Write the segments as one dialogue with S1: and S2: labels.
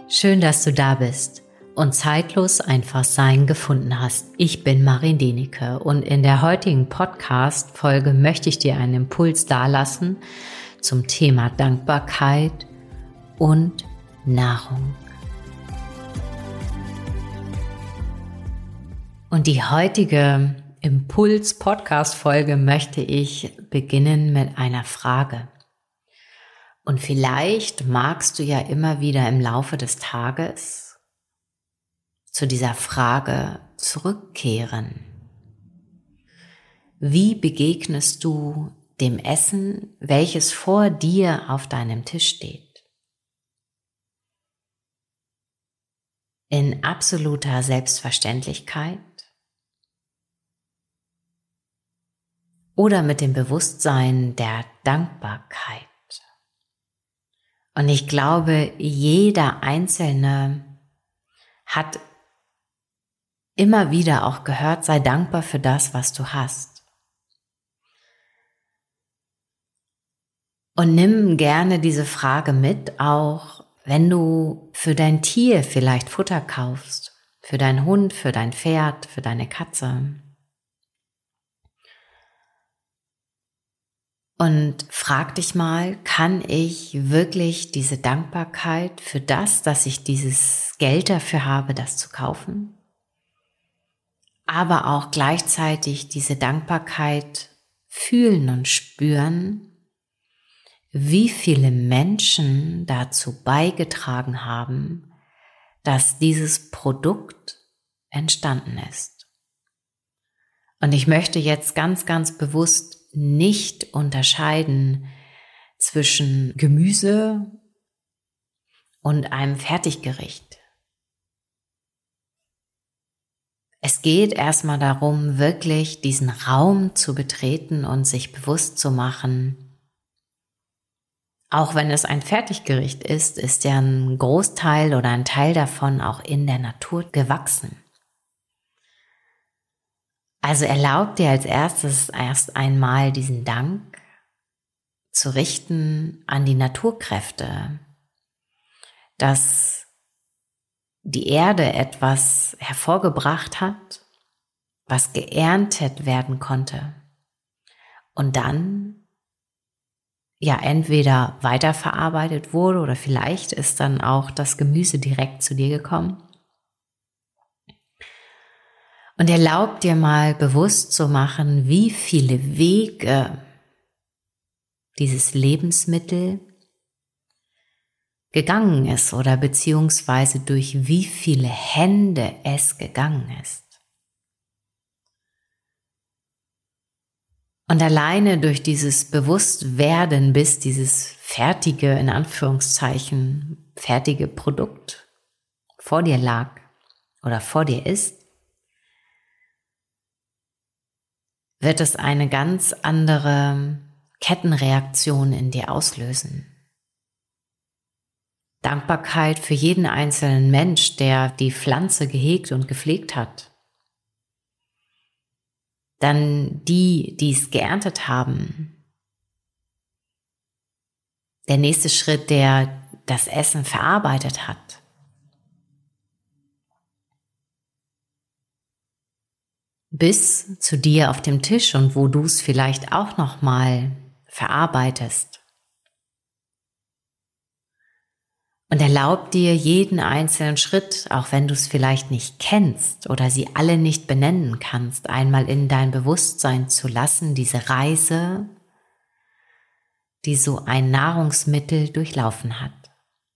S1: Schön, dass du da bist und zeitlos einfach Sein gefunden hast. Ich bin Marin Denike und in der heutigen Podcast-Folge möchte ich dir einen Impuls dalassen zum Thema Dankbarkeit und Nahrung. Und die heutige Impuls-Podcast-Folge möchte ich beginnen mit einer Frage. Und vielleicht magst du ja immer wieder im Laufe des Tages zu dieser Frage zurückkehren. Wie begegnest du dem Essen, welches vor dir auf deinem Tisch steht? In absoluter Selbstverständlichkeit? Oder mit dem Bewusstsein der Dankbarkeit? Und ich glaube, jeder Einzelne hat immer wieder auch gehört, sei dankbar für das, was du hast. Und nimm gerne diese Frage mit, auch wenn du für dein Tier vielleicht Futter kaufst, für deinen Hund, für dein Pferd, für deine Katze. Und frag dich mal, kann ich wirklich diese Dankbarkeit für das, dass ich dieses Geld dafür habe, das zu kaufen, aber auch gleichzeitig diese Dankbarkeit fühlen und spüren, wie viele Menschen dazu beigetragen haben, dass dieses Produkt entstanden ist. Und ich möchte jetzt ganz, ganz bewusst nicht unterscheiden zwischen Gemüse und einem Fertiggericht. Es geht erstmal darum, wirklich diesen Raum zu betreten und sich bewusst zu machen, auch wenn es ein Fertiggericht ist ja ein Großteil oder ein Teil davon auch in der Natur gewachsen. Also erlaub dir als erstes erst einmal diesen Dank zu richten an die Naturkräfte, dass die Erde etwas hervorgebracht hat, was geerntet werden konnte und dann ja entweder weiterverarbeitet wurde oder vielleicht ist dann auch das Gemüse direkt zu dir gekommen. Und erlaub dir mal bewusst zu machen, wie viele Wege dieses Lebensmittel gegangen ist oder beziehungsweise durch wie viele Hände es gegangen ist. Und alleine durch dieses Bewusstwerden, bis dieses fertige, in Anführungszeichen, fertige Produkt vor dir lag oder vor dir ist, wird es eine ganz andere Kettenreaktion in dir auslösen. Dankbarkeit für jeden einzelnen Mensch, der die Pflanze gehegt und gepflegt hat. Dann die es geerntet haben. Der nächste Schritt, der das Essen verarbeitet hat. Bis zu dir auf dem Tisch und wo du es vielleicht auch nochmal verarbeitest. Und erlaub dir jeden einzelnen Schritt, auch wenn du es vielleicht nicht kennst oder sie alle nicht benennen kannst, einmal in dein Bewusstsein zu lassen, diese Reise, die so ein Nahrungsmittel durchlaufen hat.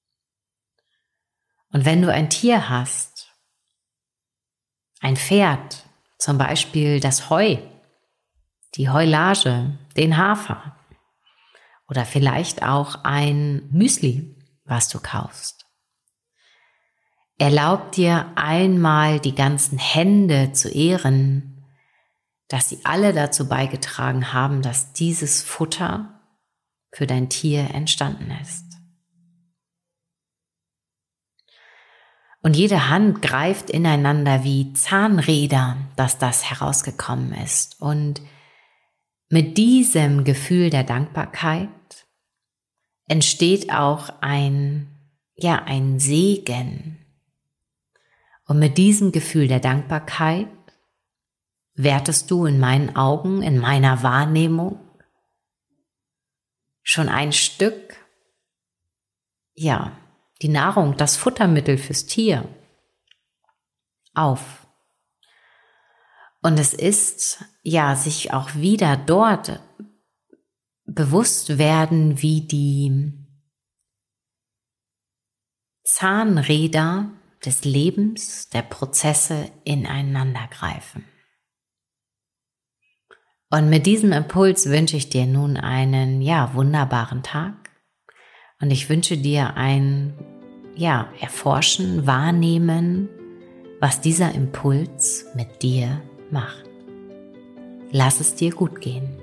S1: Und wenn du ein Tier hast, ein Pferd, zum Beispiel das Heu, die Heulage, den Hafer oder vielleicht auch ein Müsli, was du kaufst. Erlaub dir einmal die ganzen Hände zu ehren, dass sie alle dazu beigetragen haben, dass dieses Futter für dein Tier entstanden ist. Und jede Hand greift ineinander wie Zahnräder, dass das herausgekommen ist. Und mit diesem Gefühl der Dankbarkeit entsteht auch ein ein Segen. Und mit diesem Gefühl der Dankbarkeit wertest du in meinen Augen, in meiner Wahrnehmung schon ein Stück, die Nahrung, das Futtermittel fürs Tier auf. Und es ist, sich auch wieder dort bewusst werden, wie die Zahnräder des Lebens, der Prozesse ineinander greifen. Und mit diesem Impuls wünsche ich dir nun einen, wunderbaren Tag. Und ich wünsche dir ein, Erforschen, Wahrnehmen, was dieser Impuls mit dir macht. Lass es dir gut gehen.